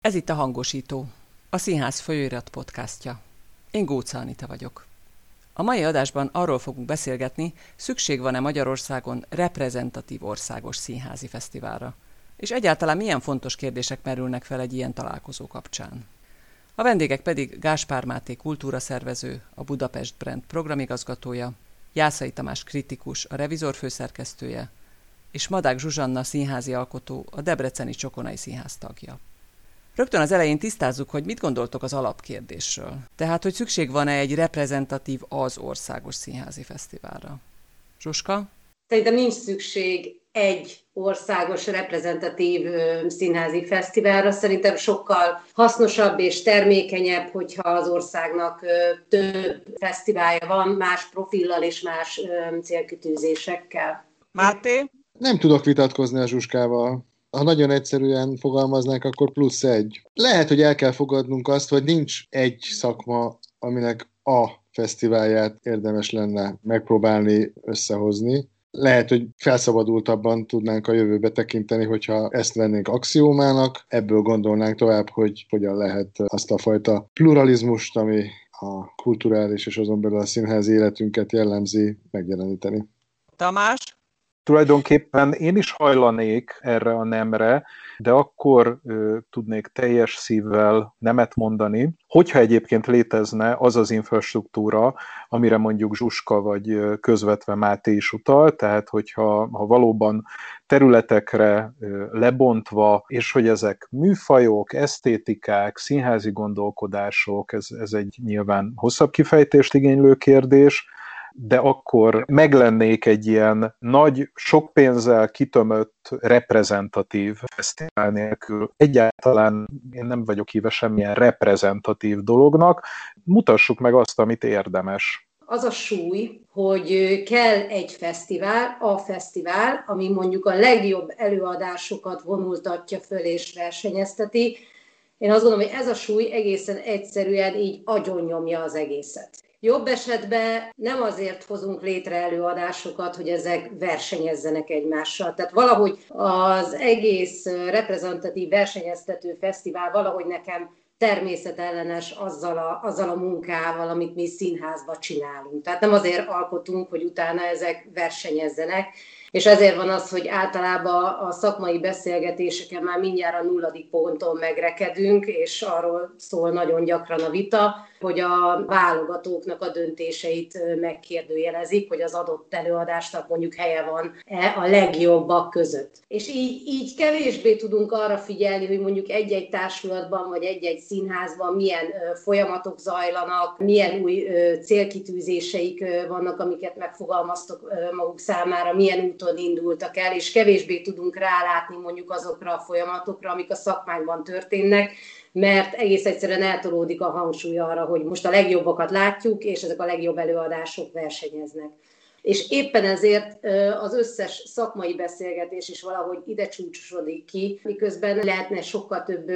Ez itt a Hangosító, a Színház folyóirat podcastja. Én Gócz Anita vagyok. A mai adásban arról fogunk beszélgetni, szükség van-e Magyarországon reprezentatív országos színházi fesztiválra, és egyáltalán milyen fontos kérdések merülnek fel egy ilyen találkozó kapcsán. A vendégek pedig Gáspár Máté kultúraszervező, a Budapest Brand programigazgatója, Jászai Tamás kritikus, a Revizor főszerkesztője, és Madák Zsuzsanna színházi alkotó, a Debreceni Csokonai Színház tagja. Rögtön az elején tisztázzuk, hogy mit gondoltok az alapkérdésről. Tehát, hogy szükség van-e egy reprezentatív az országos színházi fesztiválra. Zsuska? Szerintem nincs szükség egy országos reprezentatív színházi fesztiválra. Szerintem sokkal hasznosabb és termékenyebb, hogyha az országnak több fesztiválja van, más profillal és más célkitűzésekkel. Máté? Nem tudok vitatkozni a Zsuskával. Ha nagyon egyszerűen fogalmaznánk, akkor plusz egy. Lehet, hogy el kell fogadnunk azt, hogy nincs egy szakma, aminek a fesztiválját érdemes lenne megpróbálni összehozni. Lehet, hogy felszabadultabban tudnánk a jövőbe tekinteni, hogyha ezt vennénk axiómának, ebből gondolnánk tovább, hogy hogyan lehet azt a fajta pluralizmust, ami a kulturális és azon belül a színházi életünket jellemzi, megjeleníteni. Tamás? Tulajdonképpen én is hajlanék erre a nemre, de akkor tudnék teljes szívvel nemet mondani, hogyha egyébként létezne az az infrastruktúra, amire mondjuk Zsuska vagy közvetve Máté is utal, tehát hogyha valóban területekre lebontva, és hogy ezek műfajok, esztétikák, színházi gondolkodások, ez egy nyilván hosszabb kifejtést igénylő kérdés, de akkor meglennék egy ilyen nagy, sok pénzzel kitömött, reprezentatív fesztivál nélkül. Egyáltalán én nem vagyok híve semmilyen reprezentatív dolognak. Mutassuk meg azt, amit érdemes. Az a súly, hogy kell egy fesztivál, a fesztivál, ami mondjuk a legjobb előadásokat vonultatja föl és versenyezteti. Én azt gondolom, hogy ez a súly egészen egyszerűen így agyonnyomja az egészet. Jobb esetben nem azért hozunk létre előadásokat, hogy ezek versenyezzenek egymással. Tehát valahogy az egész reprezentatív versenyeztető fesztivál valahogy nekem természetellenes azzal a munkával, amit mi színházban csinálunk. Tehát nem azért alkotunk, hogy utána ezek versenyezzenek, és ezért van az, hogy általában a szakmai beszélgetéseken már mindjárt a 0. ponton megrekedünk, és arról szól nagyon gyakran a vita, hogy a válogatóknak a döntéseit megkérdőjelezik, hogy az adott előadásnak mondjuk helye van-e a legjobbak között. És így kevésbé tudunk arra figyelni, hogy mondjuk egy-egy társulatban vagy egy-egy színházban milyen folyamatok zajlanak, milyen új célkitűzéseik vannak, amiket megfogalmaztok maguk számára, milyen úton indultak el, és kevésbé tudunk rálátni mondjuk azokra a folyamatokra, amik a szakmánkban történnek, mert egész egyszerűen eltolódik a hangsúly arra, hogy most a legjobbakat látjuk, és ezek a legjobb előadások versenyeznek. És éppen ezért az összes szakmai beszélgetés is valahogy ide csúcsosodik ki, miközben lehetne sokkal több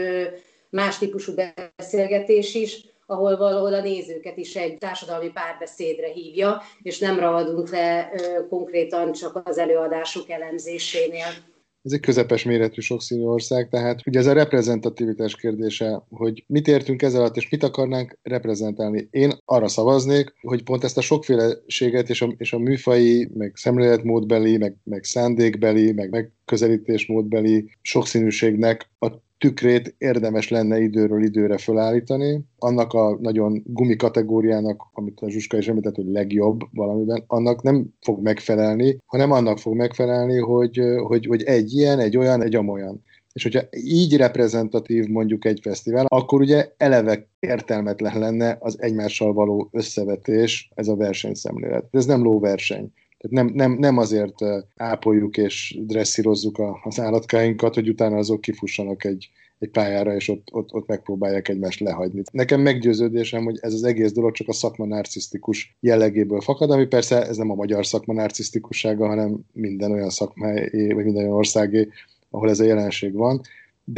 más típusú beszélgetés is, ahol valahol a nézőket is egy társadalmi párbeszédre hívja, és nem ragadunk le konkrétan csak az előadások elemzésénél. Ez egy közepes méretű sokszínű ország, tehát ugye ez a reprezentativitás kérdése, hogy mit értünk ezzel alatt, és mit akarnánk reprezentálni. Én arra szavaznék, hogy pont ezt a sokféleséget és a műfaji, meg szemléletmódbeli, meg szándékbeli, meg megközelítésmódbeli sokszínűségnek a tükrét érdemes lenne időről időre felállítani. Annak a nagyon gumi kategóriának, amit a Zsuska is említett, hogy legjobb valamiben, annak nem fog megfelelni, hanem annak fog megfelelni, hogy egy ilyen, egy olyan, egy amolyan. És hogyha így reprezentatív mondjuk egy fesztivál, akkor ugye eleve értelmetlen lenne az egymással való összevetés, ez a versenyszemlélet. Ez nem lóverseny. Tehát nem azért ápoljuk és dresszírozzuk az állatkáinkat, hogy utána azok kifussanak egy pályára, és ott megpróbálják egymást lehagyni. Nekem meggyőződésem, hogy ez az egész dolog csak a szakma narcisztikus jellegéből fakad, ami persze ez nem a magyar szakma narcisztikussága, hanem minden olyan szakmáé, vagy minden olyan országé, ahol ez a jelenség van. De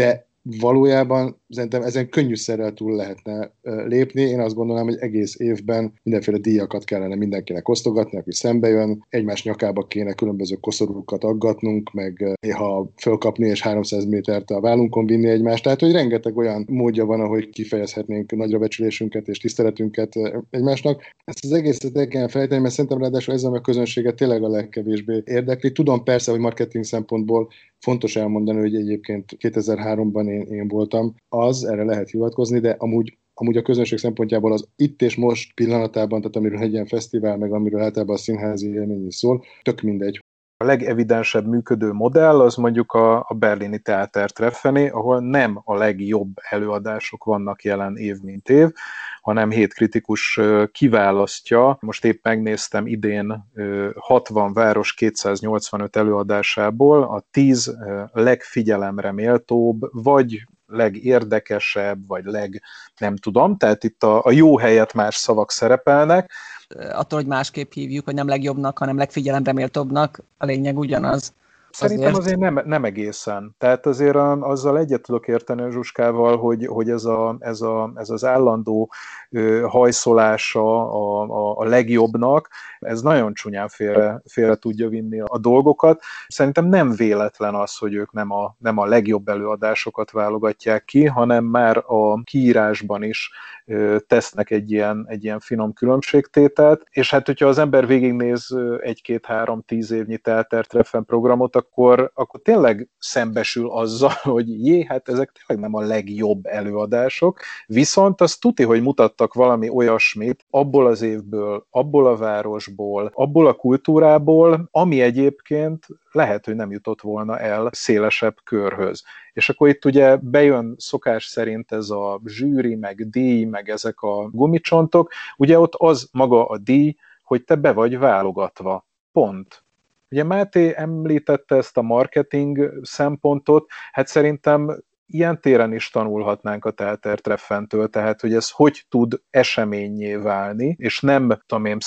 valójában szerintem ezen könnyűszerrel túl lehetne lépni. Én azt gondolom, hogy egész évben mindenféle díjakat kellene mindenkinek osztogatni, aki szembe jön, egymás nyakába kéne különböző koszorúkat aggatnunk, meg néha fölkapni és 300 métert a vállunkon vinni egymást. Tehát, hogy rengeteg olyan módja van, ahogy kifejezhetnénk nagyra becsülésünket és tiszteletünket egymásnak. Ezt az egészet el kellene felejteni, mert szerintem ráadásul ezzel a közönséget tényleg a legkevésbé érdekli. Tudom persze, hogy marketing szempontból fontos elmondani, hogy egyébként 2003-ban én voltam, erre lehet hivatkozni, de amúgy a közönség szempontjából az itt és most pillanatában, tehát amiről egy ilyen fesztivál, meg amiről általában a színházi élmény is szól, tök mindegy. A legevidensebb működő modell az mondjuk a berlini Theatertreffené, ahol nem a legjobb előadások vannak jelen év mint év, hanem 7 kritikus kiválasztja. Most épp megnéztem idén 60 város 285 előadásából a 10 legfigyelemre méltóbb, vagy legérdekesebb, vagy nem tudom, tehát itt a jó helyett más szavak szerepelnek. Attól, hogy másképp hívjuk, hogy nem legjobbnak, hanem legfigyelemre méltóbbnak, a lényeg ugyanaz. Szerintem azért nem egészen. Tehát azért azzal egyet tudok érteni a Zsuskával, hogy ez az állandó hajszolása a legjobbnak, ez nagyon csúnyán félre tudja vinni a dolgokat. Szerintem nem véletlen az, hogy ők nem a legjobb előadásokat válogatják ki, hanem már a kiírásban is tesznek egy ilyen finom különbségtételt, és hát, hogyha az ember végignéz 1-2-3-10 évnyi Theatertreffen programot, akkor tényleg szembesül azzal, hogy hát ezek tényleg nem a legjobb előadások, viszont azt tuti, hogy mutattak valami olyasmit abból az évből, abból a városból, abból a kultúrából, ami egyébként lehet, hogy nem jutott volna el szélesebb körhöz. És akkor itt ugye bejön szokás szerint ez a zsűri, meg díj, meg ezek a gumicsontok, ugye ott az maga a díj, hogy te be vagy válogatva. Pont. Ugye Máté említette ezt a marketing szempontot, hát szerintem ilyen téren is tanulhatnánk a Theatertreffentől, tehát hogy ez hogy tud eseményé válni, és nem, tudom én,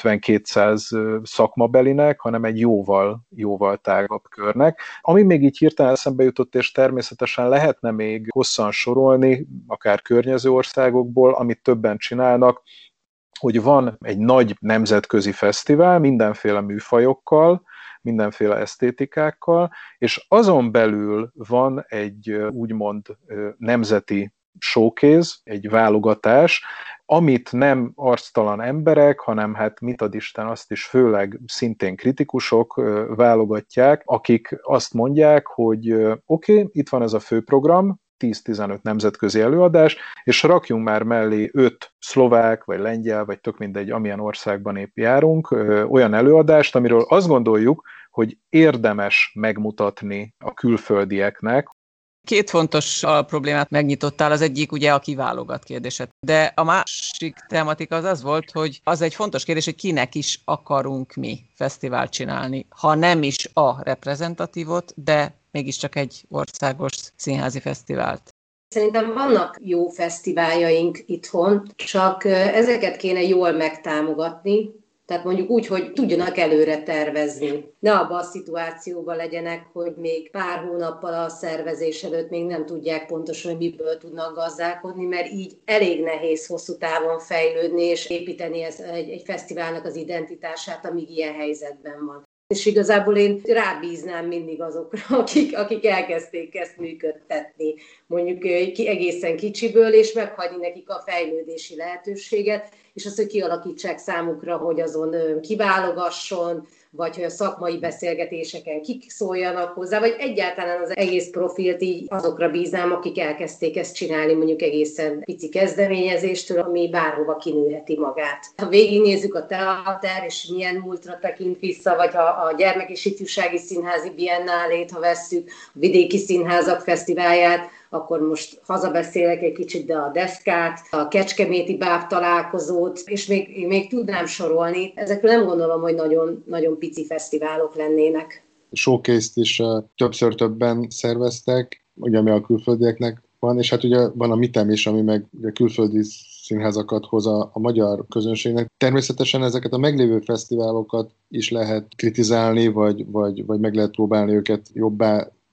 150-200 szakmabelinek, hanem egy jóval tágabb körnek. Ami még így hirtelen eszembe jutott, és természetesen lehetne még hosszan sorolni, akár környező országokból, amit többen csinálnak, hogy van egy nagy nemzetközi fesztivál mindenféle műfajokkal, mindenféle esztétikákkal, és azon belül van egy úgymond nemzeti showcase, egy válogatás, amit nem arctalan emberek, hanem hát mit ad Isten, azt is főleg szintén kritikusok válogatják, akik azt mondják, hogy oké, itt van ez a főprogram, 10-15 nemzetközi előadás, és rakjunk már mellé 5 szlovák, vagy lengyel, vagy tök mindegy, amilyen országban épp járunk, olyan előadást, amiről azt gondoljuk, hogy érdemes megmutatni a külföldieknek. 2 fontos alapproblémát megnyitottál, az egyik ugye a kiválogat kérdése. De a másik tematika az volt, hogy az egy fontos kérdés, hogy kinek is akarunk mi fesztivált csinálni, ha nem is a reprezentatívot, de mégiscsak egy országos színházi fesztivált. Szerintem vannak jó fesztiváljaink itthon, csak ezeket kéne jól megtámogatni, tehát mondjuk úgy, hogy tudjanak előre tervezni. Ne abban a szituációban legyenek, hogy még pár hónappal a szervezés előtt még nem tudják pontosan, hogy miből tudnak gazdálkodni, mert így elég nehéz hosszú távon fejlődni és építeni egy fesztiválnak az identitását, amíg ilyen helyzetben van. És igazából én rábíznám mindig azokra, akik elkezdték ezt működtetni, mondjuk egészen kicsiből, és meghagyni nekik a fejlődési lehetőséget, és azt, hogy kialakítsák számukra, hogy azon kiválogasson, vagy hogy a szakmai beszélgetéseken kik szóljanak hozzá, vagy egyáltalán az egész profilt így azokra bíznám, akik elkezdték ezt csinálni, mondjuk egészen pici kezdeményezéstől, ami bárhova kinőheti magát. Ha végignézzük a teater, és milyen múltra tekint vissza, vagy ha a gyermek- és ifjúsági színházi biennálét, ha vesszük, a vidéki színházak fesztiválját, akkor most hazabeszélek egy kicsit, de a Deszkát, a Kecskeméti báb találkozót, és még tudnám sorolni. Ezekről nem gondolom, hogy nagyon, nagyon pici fesztiválok lennének. Showcase-t is többször többen szerveztek, ugye ami a külföldieknek van, és hát ugye van a MITEM is, ami meg ugye külföldi színházakat hoz a magyar közönségnek. Természetesen ezeket a meglévő fesztiválokat is lehet kritizálni, vagy meg lehet próbálni őket jobbá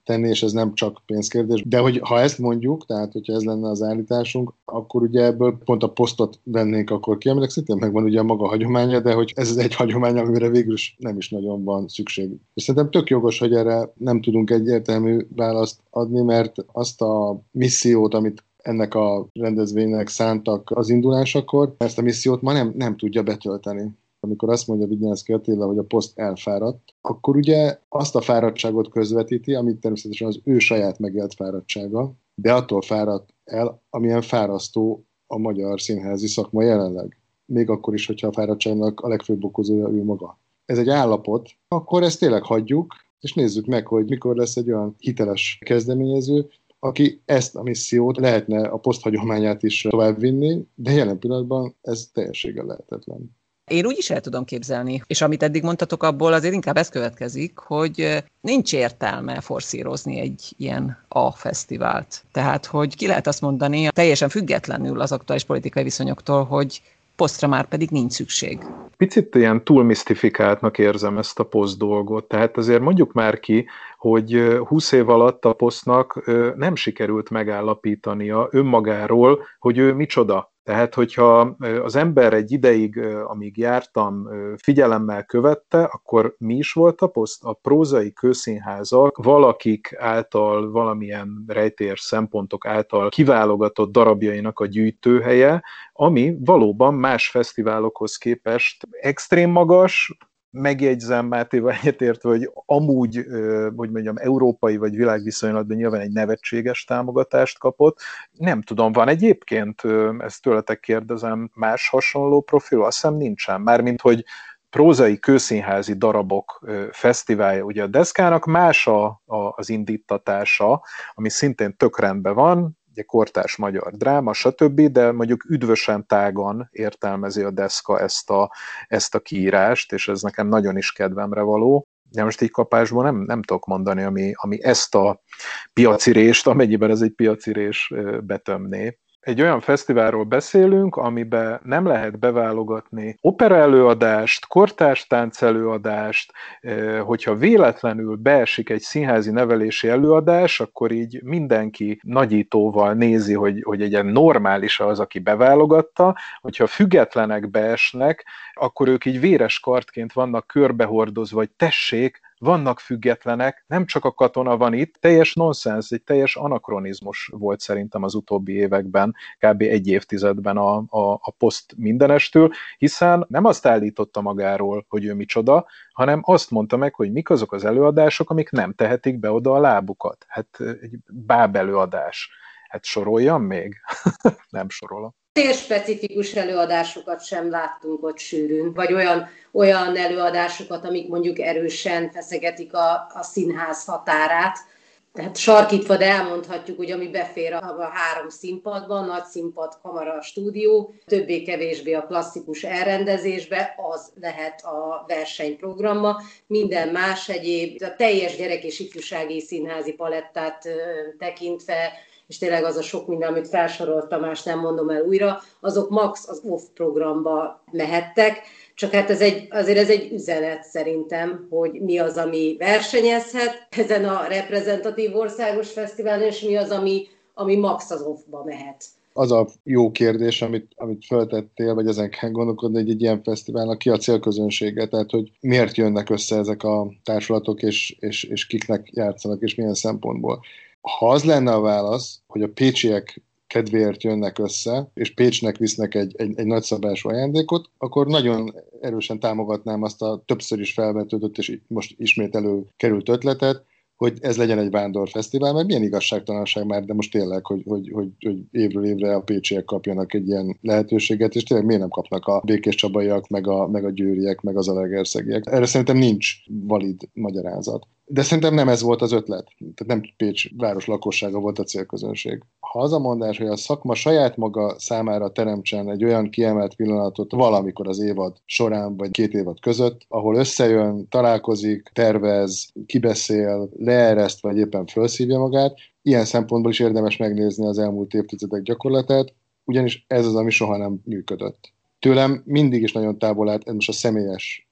tenni, és ez nem csak pénzkérdés. De hogy ha ezt mondjuk, tehát hogyha ez lenne az állításunk, akkor ugye ebből pont a posztot vennénk akkor ki, aminek szintén megvan ugye a maga hagyománya, de hogy ez egy hagyomány, amire végül is nem is nagyon van szükség. És szerintem tök jogos, hogy erre nem tudunk egyértelmű választ adni, mert azt a missziót, amit ennek a rendezvénynek szántak az indulásakor, ezt a missziót ma nem tudja betölteni. Amikor azt mondja Vignyánszky Attila, hogy a poszt elfáradt, akkor ugye azt a fáradtságot közvetíti, amit természetesen az ő saját megélt fáradtsága, de attól fáradt el, amilyen fárasztó a magyar színházi szakma jelenleg. Még akkor is, hogyha a fáradtságnak a legfőbb okozója ő maga. Ez egy állapot, akkor ezt tényleg hagyjuk, és nézzük meg, hogy mikor lesz egy olyan hiteles kezdeményező, aki ezt a missziót lehetne a poszthagyományát is továbbvinni, de jelen pillanatban ez teljességgel lehetetlen. Én úgy is el tudom képzelni, és amit eddig mondtatok, abból azért inkább ez következik, hogy nincs értelme forszírozni egy ilyen A-fesztivált. Tehát, hogy ki lehet azt mondani, teljesen függetlenül az aktuális politikai viszonyoktól, hogy posztra már pedig nincs szükség. Picit ilyen túl misztifikáltnak érzem ezt a poszt dolgot, tehát azért mondjuk már ki, hogy 20 év alatt a posztnak nem sikerült megállapítania önmagáról, hogy ő micsoda. Tehát, hogyha az ember egy ideig, amíg jártam, figyelemmel követte, akkor mi is volt a poszt? A prózai kőszínházak valakik által, valamilyen rejtélyes szempontok által kiválogatott darabjainak a gyűjtőhelye, ami valóban más fesztiválokhoz képest extrém magas, megjegyzem Mátéval egyetértve, hogy amúgy, hogy mondjam, európai vagy világviszonylatban nyilván egy nevetséges támogatást kapott. Nem tudom, van egyébként, ezt tőletek kérdezem, más hasonló profil? Azt hiszem nincsen. Mármint, hogy prózai kőszínházi darabok fesztiválja. Ugye a Deszkának más az indítatása, ami szintén tök rendben van, ugye kortárs magyar dráma, stb., de mondjuk üdvösen tágan értelmezi a Deszka ezt a kiírást, és ez nekem nagyon is kedvemre való. De most így kapásból nem tudok mondani, ami ezt a piacirést, amennyiben ez egy piacirés betömné. Egy olyan fesztiválról beszélünk, amiben nem lehet beválogatni opera előadást, kortárs tánc előadást, hogyha véletlenül beesik egy színházi nevelési előadás, akkor így mindenki nagyítóval nézi, hogy egy normális az, aki beválogatta, hogyha függetlenek beesnek, akkor ők így véres kardként vannak körbehordozva, vagy tessék, vannak függetlenek, nem csak a katona van itt, teljes nonsens, egy teljes anakronizmus volt szerintem az utóbbi években, kb. Egy évtizedben a poszt mindenestől, hiszen nem azt állította magáról, hogy ő micsoda, hanem azt mondta meg, hogy mik azok az előadások, amik nem tehetik be oda a lábukat. Hát egy báb előadás. Hát soroljam még? Nem sorolom. Specifikus előadásokat sem láttunk ott sűrűn, vagy olyan előadásokat, amik mondjuk erősen feszegetik a színház határát. Tehát sarkítva, de elmondhatjuk, hogy ami befér a 3 színpadban, nagy színpad, kamara, stúdió, többé-kevésbé a klasszikus elrendezésbe, az lehet a versenyprogramma. Minden más egyéb, a teljes gyerek- és ifjúsági színházi palettát tekintve, és tényleg az a sok minden, amit felsorolt Tamás, nem mondom el újra, azok max az off programba mehettek, csak hát azért ez egy üzenet szerintem, hogy mi az, ami versenyezhet ezen a reprezentatív országos fesztiválon, és mi az, ami max az offba mehet. Az a jó kérdés, amit feltettél, vagy ezen kell gondolkodni, hogy egy ilyen fesztiválnak ki a célközönsége, tehát hogy miért jönnek össze ezek a társulatok, és kiknek játszanak, és milyen szempontból. Ha az lenne a válasz, hogy a pécsiek kedvéért jönnek össze, és Pécsnek visznek egy nagyszabású ajándékot, akkor nagyon erősen támogatnám azt a többször is felvetődött, és most ismét előkerült ötletet, hogy ez legyen egy vándorfesztivál, mert milyen igazságtalanság már, de most tényleg, hogy évről évre a pécsiek kapjanak egy ilyen lehetőséget, és tényleg miért nem kapnak a békéscsabaiak, meg a győriek, meg az alegerszegiek. Erre szerintem nincs valid magyarázat. De szerintem nem ez volt az ötlet. Tehát nem Pécs város lakossága volt a célközönség. Ha az a mondás, hogy a szakma saját maga számára teremtsen egy olyan kiemelt pillanatot valamikor az évad során, vagy 2 évad között, ahol összejön, találkozik, tervez, kibeszél, leereszt, vagy éppen felszívja magát, ilyen szempontból is érdemes megnézni az elmúlt évtizedek gyakorlatát, ugyanis ez az, ami soha nem működött. Tőlem mindig is nagyon távol állt, ez most a személyes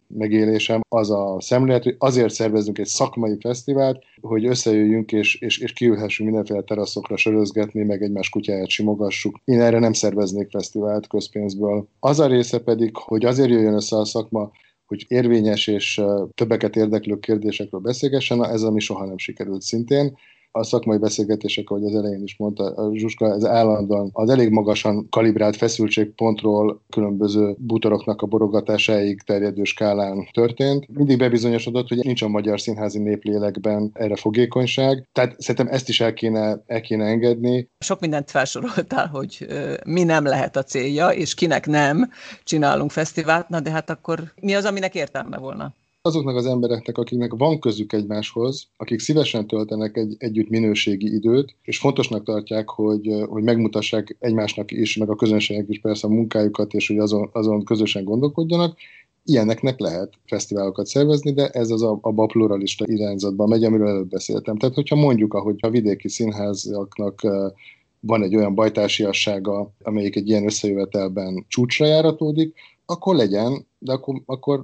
megélésem az a szemlélet, hogy azért szervezünk egy szakmai fesztivált, hogy összejöjjünk és kiülhessünk mindenféle teraszokra sörözgetni, meg egymás kutyáját simogassuk. Én erre nem szerveznék fesztivált közpénzből. Az a része pedig, hogy azért jöjjön össze a szakma, hogy érvényes és többeket érdeklő kérdésekről beszélgessen, ez ami soha nem sikerült szintén. A szakmai beszélgetések, ahogy az elején is mondta Zsuska, ez állandóan az elég magasan kalibrált feszültségpontról különböző bútoroknak a borogatásáig terjedő skálán történt. Mindig bebizonyosodott, hogy nincs a magyar színházi néplélekben erre fogékonyság, tehát szerintem ezt is el kéne engedni. Sok mindent felsoroltál, hogy mi nem lehet a célja, és kinek nem csinálunk fesztivált, na de hát akkor mi az, aminek értelme volna? Azoknak az embereknek, akiknek van közük egymáshoz, akik szívesen töltenek együtt minőségi időt, és fontosnak tartják, hogy megmutassák egymásnak is, meg a közönségnek is persze a munkájukat, és hogy azon közösen gondolkodjanak, ilyeneknek lehet fesztiválokat szervezni, de ez az abba a pluralista irányzatban megy, amiről előbb beszéltem. Tehát, hogyha mondjuk, ahogy a vidéki színházaknak van egy olyan bajtársiassága, amelyik egy ilyen összejövetelben csúcsra járatódik, akkor legyen, de akkor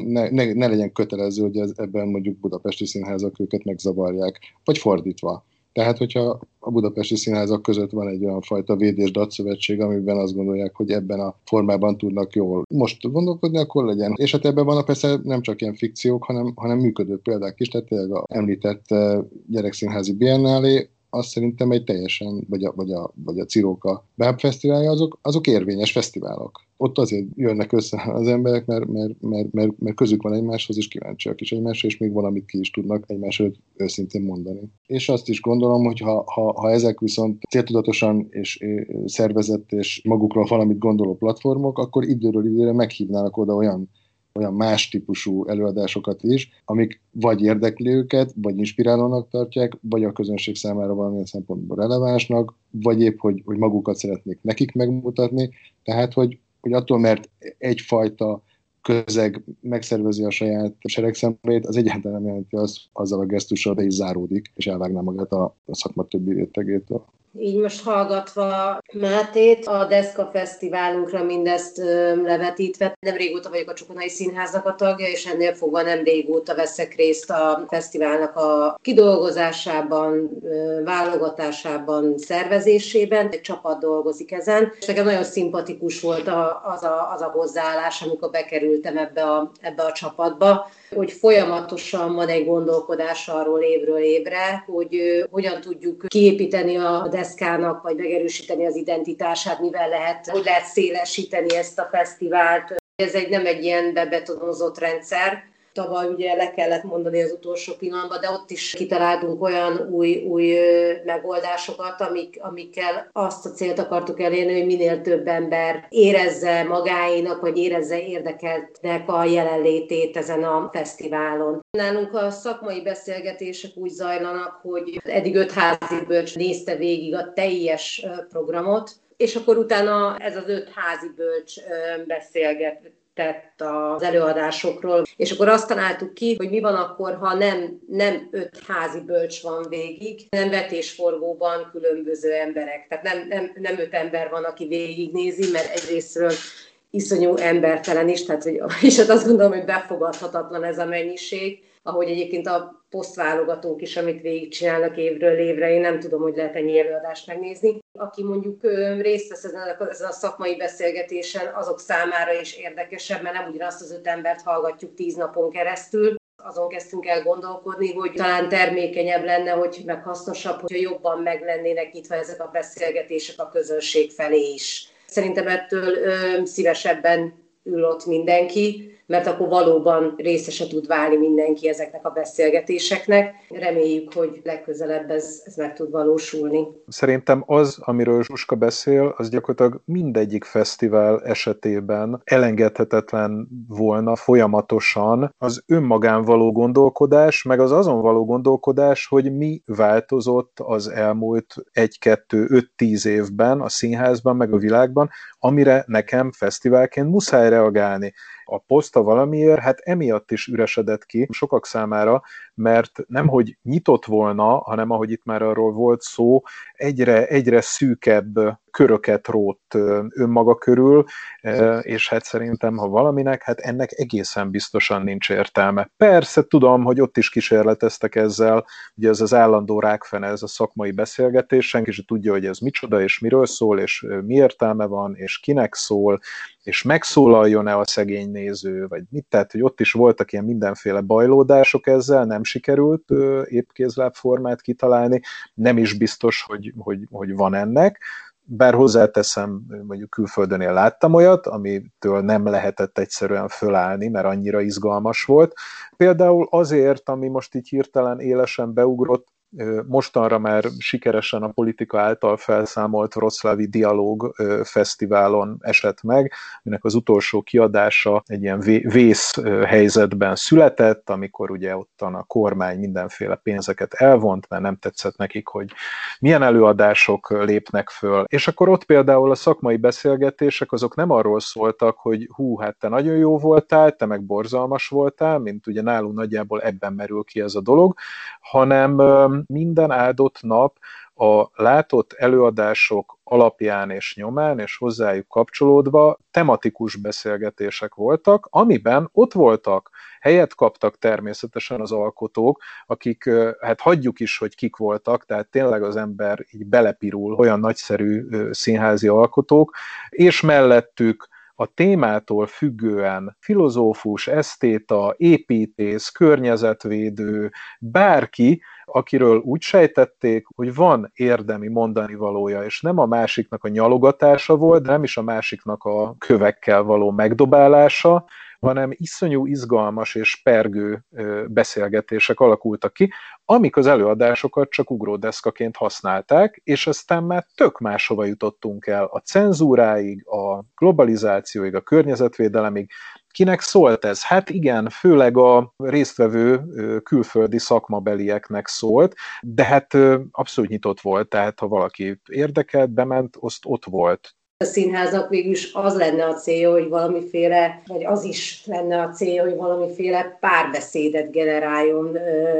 ne legyen kötelező, hogy ebben mondjuk budapesti színházak őket megzavarják, vagy fordítva. Tehát, hogyha a budapesti színházak között van egy olyan fajta véd- és datszövetség, amiben azt gondolják, hogy ebben a formában tudnak jól most gondolkodni, akkor legyen. És hát ebben van persze nem csak ilyen fikciók, hanem működő példák is, tehát tényleg a említett gyerekszínházi Biennálé, azt szerintem egy teljesen, vagy a Ciróka Báb fesztiválja, azok érvényes fesztiválok. Ott azért jönnek össze az emberek, mert közük van egymáshoz, és kíváncsiak is egymásra, és még valamit ki is tudnak egymásról őszintén mondani. És azt is gondolom, hogy ha ezek viszont céltudatosan és szervezett és magukról valamit gondoló platformok, akkor időről időre meghívnának oda olyan más típusú előadásokat is, amik vagy érdekli őket, vagy inspirálónak tartják, vagy a közönség számára valamilyen szempontból relevánsnak, vagy épp, hogy magukat szeretnék nekik megmutatni. Tehát, hogy attól, mert egyfajta közeg megszervezi a saját seregszemlét, az egyáltalán nem jelenti azt, azzal a gesztussal be is záródik, és elvágná magát a szakma többi rétegétől. Így most hallgatva Mátét, a Deszka Fesztiválunkra mindezt levetítve. Nem régóta vagyok a Csokonai Színháznak a tagja, és ennél fogva nem régóta veszek részt a fesztiválnak a kidolgozásában, válogatásában, szervezésében. Egy csapat dolgozik ezen, és nekem nagyon szimpatikus volt az a hozzáállás, amikor bekerültem ebbe a csapatba, hogy folyamatosan van egy gondolkodás arról évről évre, hogy hogyan tudjuk kiépíteni a Deszkának, vagy megerősíteni az identitását, hogy lehet szélesíteni ezt a fesztivált. Ez nem egy ilyen bebetonozott rendszer. Tavaly ugye le kellett mondani az utolsó pillanatban, de ott is kitaláltunk olyan új megoldásokat, amikkel azt a célt akartuk elérni, hogy minél több ember érezze magáénak, vagy érezze érdekeltnek a jelenlétét ezen a fesztiválon. Nálunk a szakmai beszélgetések úgy zajlanak, hogy eddig 5 házi bölcs nézte végig a teljes programot, és akkor utána ez az 5 házi bölcs beszélget az előadásokról, és akkor azt találtuk ki, hogy mi van akkor, ha nem 5 házi bölcs van végig, nem vetésforgóban különböző emberek. Tehát nem 5 ember van, aki végignézi, mert egyrésztről iszonyú embertelen is, és azt gondolom, hogy befogadhatatlan ez a mennyiség, ahogy egyébként a posztválogatók is, amit végigcsinálnak évről évre, én nem tudom, hogy lehet ennyi előadást megnézni. Aki mondjuk részt vesz ezen a szakmai beszélgetésen, azok számára is érdekesebb, mert nem ugyanazt az 5 embert hallgatjuk 10 napon keresztül. Azon kezdtünk el gondolkodni, hogy talán termékenyebb lenne, meg hasznosabb, hogyha jobban meg lennének nyitva ezek a beszélgetések a közönség felé is. Szerintem ettől szívesebben ül ott mindenki, mert akkor valóban részese tud válni mindenki ezeknek a beszélgetéseknek. Reméljük, hogy legközelebb ez meg tud valósulni. Szerintem az, amiről Zsuska beszél, az gyakorlatilag mindegyik fesztivál esetében elengedhetetlen volna folyamatosan az önmagán való gondolkodás, meg az azon való gondolkodás, hogy mi változott az elmúlt 1-2-5-10 évben a színházban, meg a világban, amire nekem fesztiválként muszáj reagálni. A poszta valamiért, hát emiatt is üresedett ki sokak számára, mert nemhogy nyitott volna, hanem ahogy itt már arról volt szó, egyre szűkebb köröket rótt önmaga körül, és hát szerintem, ha valaminek, hát ennek egészen biztosan nincs értelme. Persze tudom, hogy ott is kísérleteztek ezzel, ugye ez az állandó rákfene, ez a szakmai beszélgetés, senki sem tudja, hogy ez micsoda, és miről szól, és mi értelme van, és kinek szól, és megszólaljon-e a szegény néző, vagy mit, tehát, hogy ott is voltak ilyen mindenféle bajlódások ezzel, nem sikerült épkézláb formát kitalálni, nem is biztos, hogy van ennek, bár hozzáteszem, mondjuk külföldön láttam olyat, amitől nem lehetett egyszerűen fölállni, mert annyira izgalmas volt. Például azért, ami most így hirtelen élesen beugrott, mostanra már sikeresen a Politika által felszámolt Wroclawi Dialóg fesztiválon esett meg, aminek az utolsó kiadása egy ilyen vészhelyzetben született, amikor ugye ottan a kormány mindenféle pénzeket elvont, mert nem tetszett nekik, hogy milyen előadások lépnek föl. És akkor ott például a szakmai beszélgetések azok nem arról szóltak, hogy hát te nagyon jó voltál, te meg borzalmas voltál, mint ugye nálunk nagyjából ebben merül ki ez a dolog, hanem minden áldott nap a látott előadások alapján és nyomán, és hozzájuk kapcsolódva tematikus beszélgetések voltak, amiben ott voltak, helyet kaptak természetesen az alkotók, akik, hát hagyjuk is, hogy kik voltak, tehát tényleg az ember így belepirul, olyan nagyszerű színházi alkotók, és mellettük a témától függően filozófus, esztéta, építész, környezetvédő, bárki, akiről úgy sejtették, hogy van érdemi mondani valója, és nem a másiknak a nyalogatása volt, de nem is a másiknak a kövekkel való megdobálása, hanem iszonyú izgalmas és pergő beszélgetések alakultak ki, amik az előadásokat csak ugródeszkaként használták, és aztán már tök máshova jutottunk el, a cenzúráig, a globalizációig, a környezetvédelemig. Kinek szólt ez? Hát igen, főleg a résztvevő külföldi szakmabelieknek szólt, de hát abszolút nyitott volt, tehát ha valaki érdekelt, bement, ott volt. A színháznak végülis az lenne a célja, hogy valamiféle, vagy az is lenne a célja, hogy valamiféle párbeszédet generáljon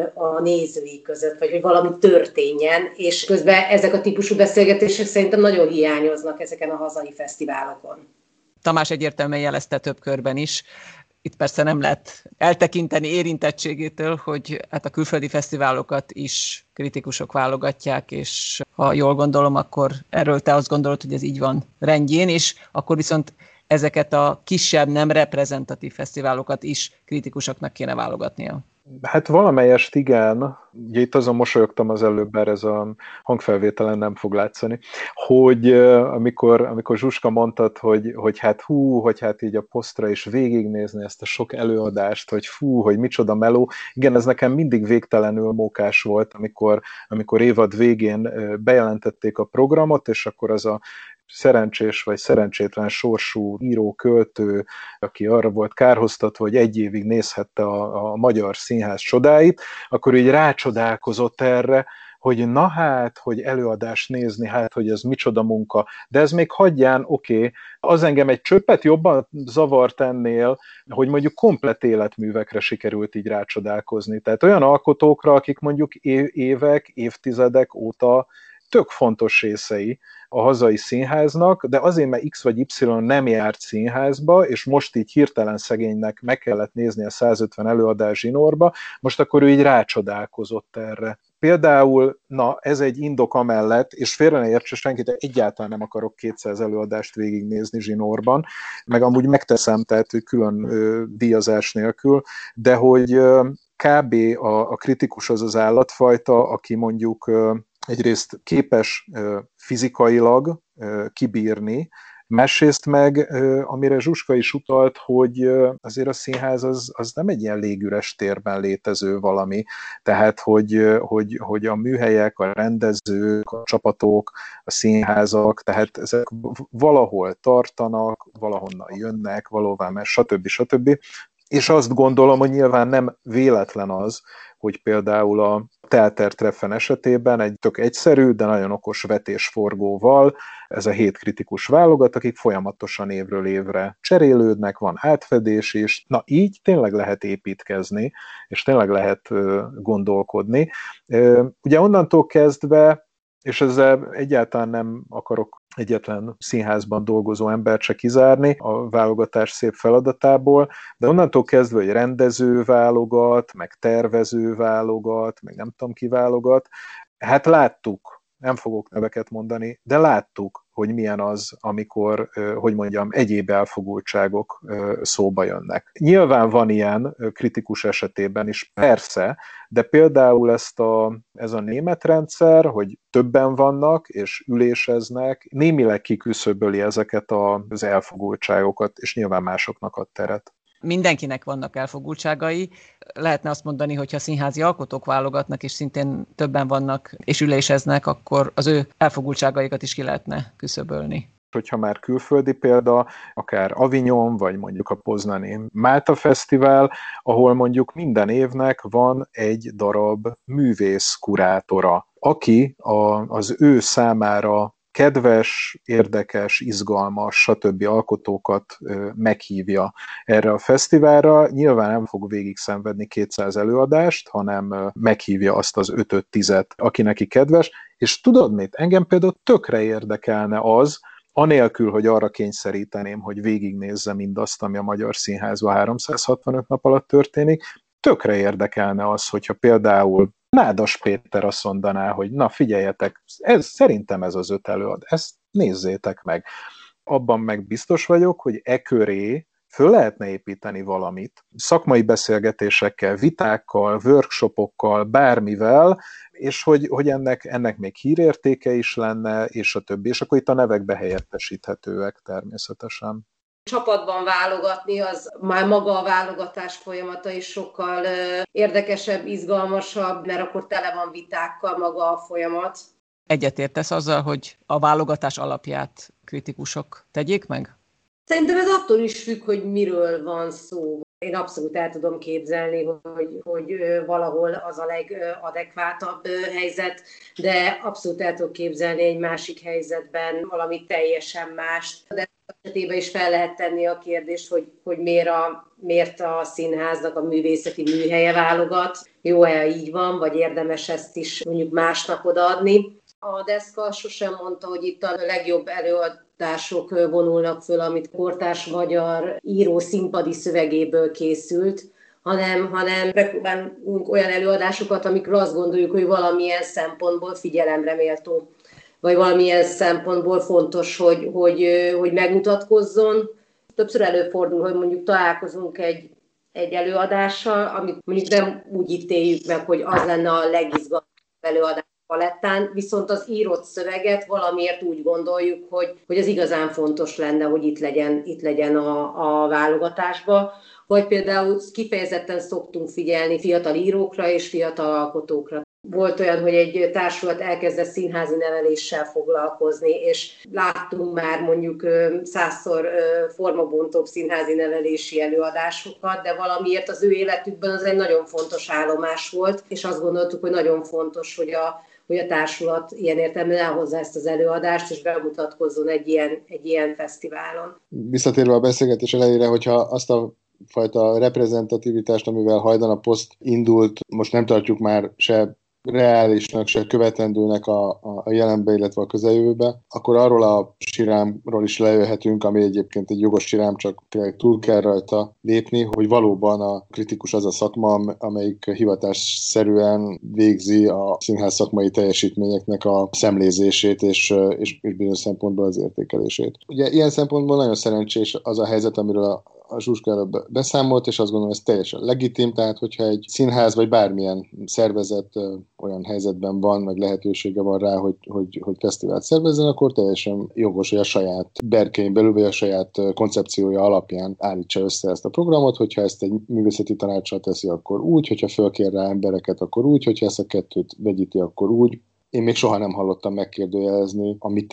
a nézői között, vagy hogy valami történjen, és közben ezek a típusú beszélgetések szerintem nagyon hiányoznak ezeken a hazai fesztiválokon. Tamás egyértelműen jelezte több körben is. Itt persze nem lehet eltekinteni érintettségétől, hogy hát a külföldi fesztiválokat is kritikusok válogatják, és ha jól gondolom, akkor erről te azt gondolod, hogy ez így van rendjén, és akkor viszont ezeket a kisebb, nem reprezentatív fesztiválokat is kritikusoknak kéne válogatnia. Hát valamelyest igen, ugye itt azon mosolyogtam az előbb, bár ez a hangfelvételen nem fog látszani, hogy amikor Zsuska mondtad, hogy hát így a posztra is végignézni ezt a sok előadást, hogy micsoda meló. Igen, ez nekem mindig végtelenül mókás volt, amikor évad végén bejelentették a programot, és akkor az a szerencsés vagy szerencsétlen sorsú író-költő, aki arra volt kárhoztatva, hogy egy évig nézhette a magyar színház csodáit, akkor így rácsodálkozott erre, hogy na hát, hogy előadást nézni, hát, hogy ez micsoda munka, de ez még hagyján, oké. Az engem egy csöppet jobban zavart ennél, hogy mondjuk komplett életművekre sikerült így rácsodálkozni. Tehát olyan alkotókra, akik mondjuk évek, évtizedek óta tök fontos részei a hazai színháznak, de azért, mert X vagy Y nem járt színházba, és most így hirtelen szegénynek meg kellett nézni a 150 előadás zsinórba, most akkor ő így rácsodálkozott erre. Például, ez egy indok amellett, és félre ne értse senkit, egyáltalán nem akarok 200 előadást végignézni zsinórban, meg amúgy megteszem, tehát hogy külön díjazás nélkül, de hogy kb. A kritikus az állatfajta, aki mondjuk egyrészt képes fizikailag kibírni, másrészt meg, amire Zsuska is utalt, hogy azért a színház az nem egy ilyen légüres térben létező valami, tehát hogy a műhelyek, a rendezők, a csapatok, a színházak, tehát ezek valahol tartanak, valahonnan jönnek, valahová mert stb. És azt gondolom, hogy nyilván nem véletlen az, hogy például a Teater Treffen esetében egy tök egyszerű, de nagyon okos vetésforgóval ez a 7 kritikus válogat, akik folyamatosan évről évre cserélődnek, van átfedés is. Na így tényleg lehet építkezni, és tényleg lehet gondolkodni. Ugye onnantól kezdve És ezzel egyáltalán nem akarok egyetlen színházban dolgozó embert se kizárni a válogatás szép feladatából, de onnantól kezdve, hogy rendező válogat, meg tervező válogat, meg nem tudom ki válogat, hát láttuk, nem fogok neveket mondani, de láttuk, hogy milyen az, amikor, hogy mondjam, egyéb elfogultságok szóba jönnek. Nyilván van ilyen kritikus esetében is, persze, de például ez a német rendszer, hogy többen vannak és üléseznek, némileg kiküszöböli ezeket az elfogultságokat, és nyilván másoknak ad teret. Mindenkinek vannak elfogultságai. Lehetne azt mondani, hogy ha színházi alkotók válogatnak, és szintén többen vannak és üléseznek, akkor az ő elfogultságaikat is ki lehetne küszöbölni. Hogyha már külföldi példa, akár Avignon, vagy mondjuk a Poznani Málta Fesztivál, ahol mondjuk minden évnek van egy darab művész kurátora, aki az ő számára kedves, érdekes, izgalmas, stb. Alkotókat meghívja erre a fesztiválra. Nyilván nem fog végig szenvedni 200 előadást, hanem meghívja azt az 5-10-et, aki neki kedves, és tudod mit? Engem például tökre érdekelne az, anélkül, hogy arra kényszeríteném, hogy végignézze mindazt, ami a Magyar Színházban 365 nap alatt történik, tökre érdekelne az, hogyha például Nádas Péter azt mondaná, hogy na figyeljetek, szerintem ez az 5 előad, ezt nézzétek meg. Abban meg biztos vagyok, hogy köré föl lehetne építeni valamit, szakmai beszélgetésekkel, vitákkal, workshopokkal, bármivel, és hogy ennek még hírértéke is lenne, és a többi, és akkor itt a nevek behelyettesíthetőek természetesen. Csapatban válogatni, az már maga a válogatás folyamata is sokkal érdekesebb, izgalmasabb, mert akkor tele van vitákkal maga a folyamat. Egyetértesz azzal, hogy a válogatás alapját kritikusok tegyék meg? Szerintem ez attól is függ, hogy miről van szó. Én abszolút el tudom képzelni, hogy valahol az a legadekvátabb helyzet, de abszolút el tudom képzelni egy másik helyzetben valami teljesen mást. De esetében is fel lehet tenni a kérdést, hogy miért a színháznak a művészeti műhelye válogat. Jó-e, így van, vagy érdemes ezt is mondjuk másnak odaadni. A Deszka sosem mondta, hogy itt a legjobb előadások vonulnak föl, amit kortárs magyar író színpadi szövegéből készült, hanem megpróbálunk olyan előadásokat, amikről azt gondoljuk, hogy valamilyen szempontból figyelemre méltó, vagy valamilyen szempontból fontos, hogy megmutatkozzon. Többször előfordul, hogy mondjuk találkozunk egy előadással, amit mondjuk nem úgy ítéljük meg, hogy az lenne a legizgalmasabb előadás palettán, viszont az írott szöveget valamiért úgy gondoljuk, hogy az igazán fontos lenne, hogy itt legyen a válogatásba. Vagy például kifejezetten szoktunk figyelni fiatal írókra és fiatal alkotókra. Volt olyan, hogy egy társulat elkezdett színházi neveléssel foglalkozni, és láttunk már mondjuk 100-szor formabontóbb színházi nevelési előadásokat, de valamiért az ő életükben az egy nagyon fontos állomás volt, és azt gondoltuk, hogy nagyon fontos, hogy a társulat ilyen értelemben elhozza ezt az előadást, és bemutatkozzon egy ilyen fesztiválon. Visszatérve a beszélgetés elejére, hogyha azt a fajta reprezentativitást, amivel Hajdan a Poszt indult, most nem tartjuk már se reálisnak, se követendőnek a jelenbe, illetve a közeljövőbe, akkor arról a sirámról is lejöhetünk, ami egyébként egy jogos sirám, csak tényleg túl kell rajta lépni, hogy valóban a kritikus az a szakma, amelyik hivatásszerűen végzi a színház szakmai teljesítményeknek a szemlézését és bizonyos szempontból az értékelését. Ugye ilyen szempontból nagyon szerencsés az a helyzet, amiről a Zsuska előbb beszámolt, és azt gondolom, ez teljesen legitim, tehát hogyha egy színház vagy bármilyen szervezet olyan helyzetben van, meg lehetősége van rá, hogy fesztivált szervezzen, akkor teljesen jogos, hogy a saját berkein belül, vagy a saját koncepciója alapján állítsa össze ezt a programot, hogyha ezt egy művészeti tanácssal teszi, akkor úgy, hogyha fölkér rá embereket, akkor úgy, hogyha ezt a kettőt vegyíti, akkor úgy. Én még soha nem hallottam megkérdőjelezni a MITEM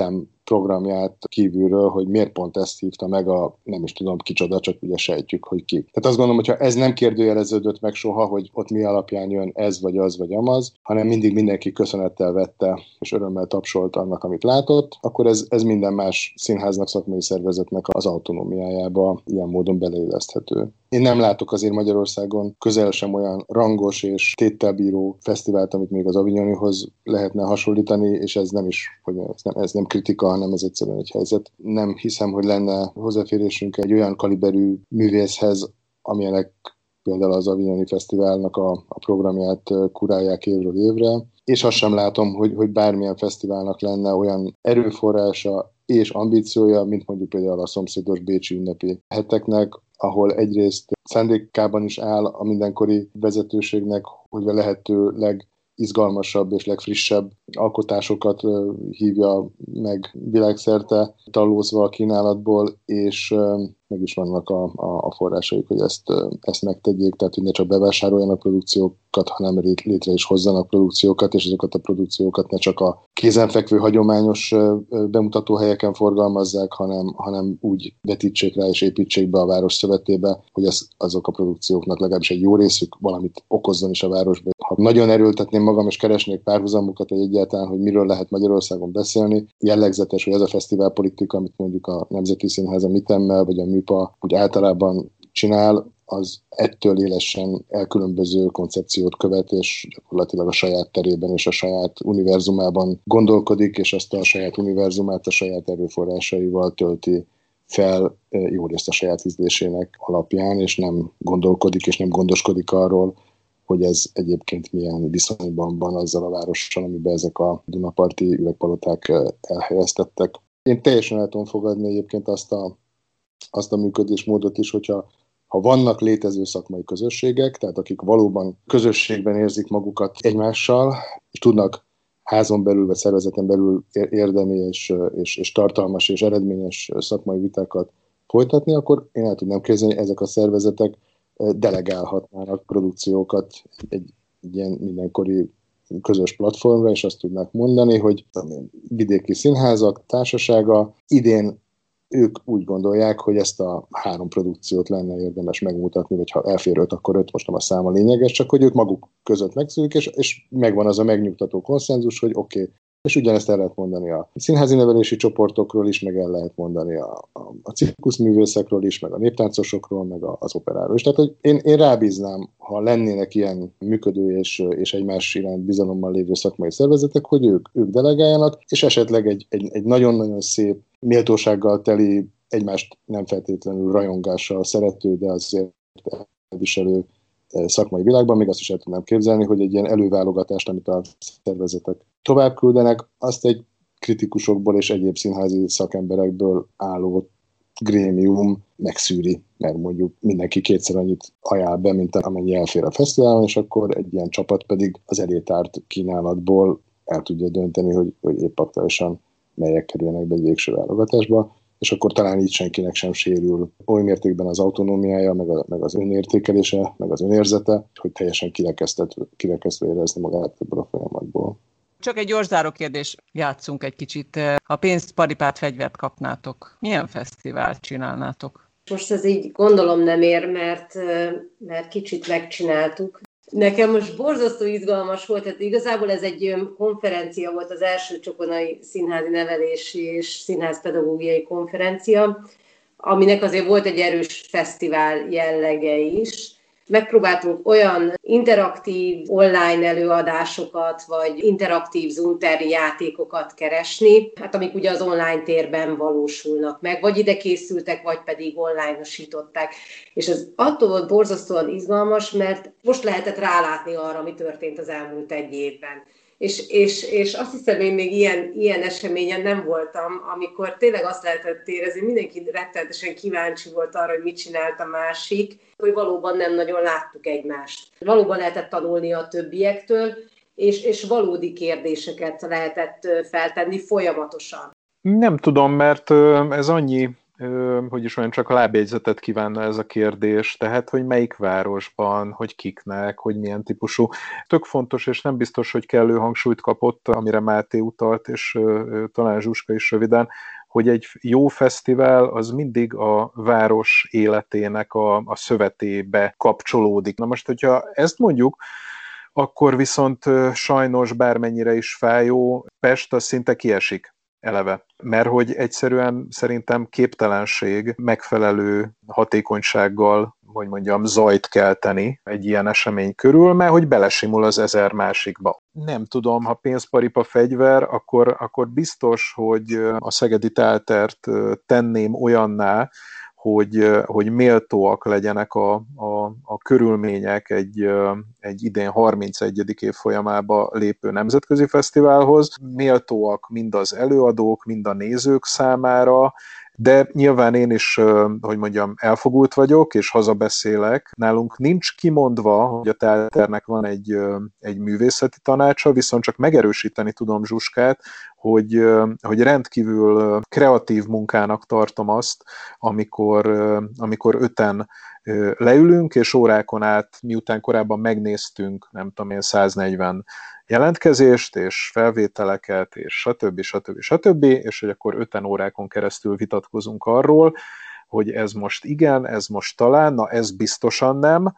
programját kívülről, hogy miért pont ezt hívta meg a nem is tudom kicsoda, csak ugye sejtjük, hogy ki. Tehát azt gondolom, hogyha ez nem kérdőjeleződött meg soha, hogy ott mi alapján jön ez vagy az vagy amaz, hanem mindig mindenki köszönettel vette és örömmel tapsolt annak, amit látott, akkor ez minden más színháznak, szakmai szervezetnek az autonómiájába ilyen módon beleilleszthető. Én nem látok azért Magyarországon közel sem olyan rangos és téttelbíró fesztivált, amit még az Avignonihoz lehetne hasonlítani, és ez nem is, hogy ez nem kritika, hanem ez egyszerűen egy helyzet. Nem hiszem, hogy lenne hozzáférésünk egy olyan kaliberű művészhez, amilyenek például az Avignoni Fesztiválnak a programját kurálják évről évre, és azt sem látom, hogy bármilyen fesztiválnak lenne olyan erőforrása és ambíciója, mint mondjuk például a szomszédos bécsi ünnepi heteknek, ahol egyrészt szándékában is áll a mindenkori vezetőségnek, hogy a lehető legizgalmasabb és legfrissebb alkotásokat hívja meg világszerte, tallózva a kínálatból, és meg is vannak a forrásaik, hogy ezt megtegyék, tehát hogy ne csak bevásároljanak produkciókat, hanem létre is hozzanak produkciókat, és azokat a produkciókat ne csak a kézenfekvő hagyományos bemutatóhelyeken forgalmazzák, hanem úgy vetítsék rá és építsék be a város szövetébe, hogy azok a produkcióknak legalábbis egy jó részük valamit okozzon is a városba. Ha nagyon erőltetném magam, és keresnék párhuzamokat, hogy egyáltalán, hogy miről lehet Magyarországon beszélni, jellegzetes, hogy ez a fesztiválpolitika, amit mondjuk a Nemzeti Színház a Mitemmel, vagy a MIPA úgy általában csinál, az ettől élesen elkülönböző koncepciót követ, és gyakorlatilag a saját terében és a saját univerzumában gondolkodik, és azt a saját univerzumát a saját erőforrásaival tölti fel jó részt a saját ízlésének alapján, és nem gondolkodik és nem gondoskodik arról, hogy ez egyébként milyen viszonyban van azzal a várossal, amiben ezek a dunaparti üvegpaloták elhelyeztettek. Én teljesen el tudom fogadni egyébként azt a működésmódot is, hogyha vannak létező szakmai közösségek, tehát akik valóban közösségben érzik magukat egymással, és tudnak házon belül vagy szervezeten belül érdemi és tartalmas és eredményes szakmai vitákat folytatni, akkor én el tudnám képzelni, hogy ezek a szervezetek delegálhatnának produkciókat egy ilyen mindenkori közös platformra, és azt tudnák mondani, hogy vidéki színházak társasága idén ők úgy gondolják, hogy ezt a 3 produkciót lenne érdemes megmutatni, vagy ha elfér 5, akkor 5, most nem a száma lényeges, csak hogy ők maguk között megszűnik, és megvan az a megnyugtató konszenzus, hogy oké. És ugyanezt el lehet mondani a színházi nevelési csoportokról is, meg el lehet mondani a cirkuszművészekről is, meg a néptáncosokról, meg az operáról is. Tehát, hogy én rábíznám, ha lennének ilyen működő és egymás iránt bizalommal lévő szakmai szervezetek, hogy ők delegáljanak, és esetleg egy nagyon-nagyon szép, méltósággal teli, egymást nem feltétlenül rajongással szerető, de azért elviselő szakmai világban, még azt is el tudnám képzelni, hogy egy ilyen előválogatást, amit a szervezetek tovább küldenek, azt egy kritikusokból és egyéb színházi szakemberekből álló grémium megszűri, mert mondjuk mindenki 2-szer annyit ajánl be, mint amennyi elfér a fesztiválon, és akkor egy ilyen csapat pedig az elétárt kínálatból el tudja dönteni, hogy épp aktuálisan melyek kerüljenek be egy végső válogatásba, és akkor talán így senkinek sem sérül oly mértékben az autonómiája, meg az önértékelése, meg az önérzete, hogy teljesen kirekesztve érezni magát ebből a folyamatból. Csak egy gyors záró kérdés, játszunk egy kicsit. Ha pénzt, paripát, fegyvert kapnátok, milyen fesztivált csinálnátok? Most ez így gondolom nem ér, mert kicsit megcsináltuk. Nekem most borzasztó izgalmas volt, tehát igazából ez egy konferencia volt, az első Csokonai Színházi Nevelési és Színházpedagógiai Konferencia, aminek azért volt egy erős fesztivál jellege is. Megpróbáltunk olyan interaktív online előadásokat, vagy interaktív Zoom-teri játékokat keresni, hát amik ugye az online térben valósulnak meg, vagy ide készültek, vagy pedig online-osították. És ez attól volt borzasztóan izgalmas, mert most lehetett rálátni arra, mi történt az elmúlt egy évben. És azt hiszem, én még ilyen eseményen nem voltam, amikor tényleg azt lehetett érezni, mindenki rettenetesen kíváncsi volt arra, hogy mit csinált a másik, hogy valóban nem nagyon láttuk egymást. Valóban lehetett tanulni a többiektől, és valódi kérdéseket lehetett feltenni folyamatosan. Nem tudom, mert ez annyi hogy is olyan, csak a lábjegyzetet kívánna ez a kérdés, tehát, hogy melyik városban, hogy kiknek, hogy milyen típusú. Tök fontos, és nem biztos, hogy kellő hangsúlyt kapott, amire Máté utalt, és talán Zsuska is röviden, hogy egy jó fesztivál az mindig a város életének a szövetébe kapcsolódik. Na most, hogyha ezt mondjuk, akkor viszont sajnos bármennyire is fájó, Pest az szinte kiesik eleve. Mert hogy egyszerűen szerintem képtelenség megfelelő hatékonysággal, hogy mondjam, zajt kelteni egy ilyen esemény körül, mert hogy belesimul az 1000 másikba. Nem tudom, ha pénzparipa fegyver, akkor biztos, hogy a Szegedi Teátert tenném olyanná, hogy méltóak legyenek a körülmények egy idén 31. évfolyamába lépő nemzetközi fesztiválhoz. Méltóak mind az előadók, mind a nézők számára, de nyilván én is, hogy mondjam, elfogult vagyok, és hazabeszélek. Nálunk nincs kimondva, hogy a teáternek van egy művészeti tanácsa, viszont csak megerősíteni tudom Zsuskát, hogy rendkívül kreatív munkának tartom azt, amikor öten leülünk, és órákon át, miután korábban megnéztünk, nem tudom én, 140 jelentkezést, és felvételeket, és stb., és hogy akkor 5 órákon keresztül vitatkozunk arról, hogy ez most igen, ez most talán, na ez biztosan nem,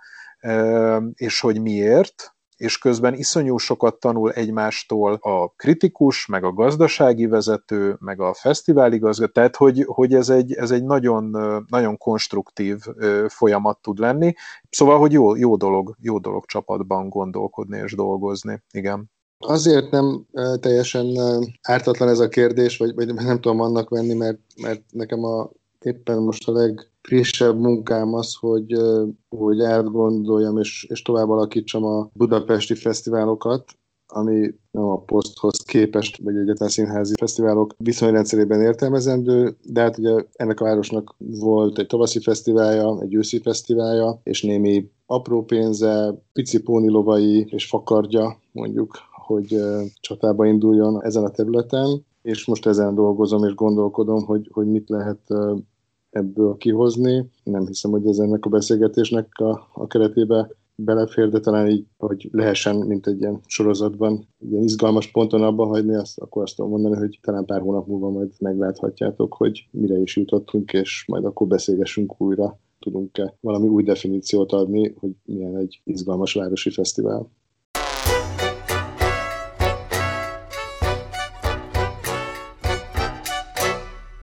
és hogy miért, és közben iszonyú sokat tanul egymástól a kritikus, meg a gazdasági vezető, meg a fesztiváligazgató, tehát hogy ez egy nagyon, nagyon konstruktív folyamat tud lenni. Szóval, hogy jó dolog csapatban gondolkodni és dolgozni. Igen. Azért nem teljesen ártatlan ez a kérdés, vagy nem tudom annak venni, mert nekem éppen most a legfrissebb munkám az, hogy átgondoljam és tovább alakítsam a budapesti fesztiválokat, ami nem a Poszthoz képest, vagy egyetlen színházi fesztiválok viszonyrendszerében értelmezendő, de hát ugye ennek a városnak volt egy tavaszi fesztiválja, egy őszi fesztiválja, és némi apró pénze, pici pónilovai és fakardja, mondjuk, hogy csatába induljon ezen a területen, és most ezen dolgozom és gondolkodom, hogy mit lehet ebből kihozni. Nem hiszem, hogy ez ennek a beszélgetésnek a keretébe belefér, de talán így, hogy lehessen, mint egy ilyen sorozatban, ilyen izgalmas ponton abba hagyni, akkor azt tudom mondani, hogy talán pár hónap múlva majd megláthatjátok, hogy mire is jutottunk, és majd akkor beszélgessünk újra. Tudunk-e valami új definíciót adni, hogy milyen egy izgalmas városi fesztivál.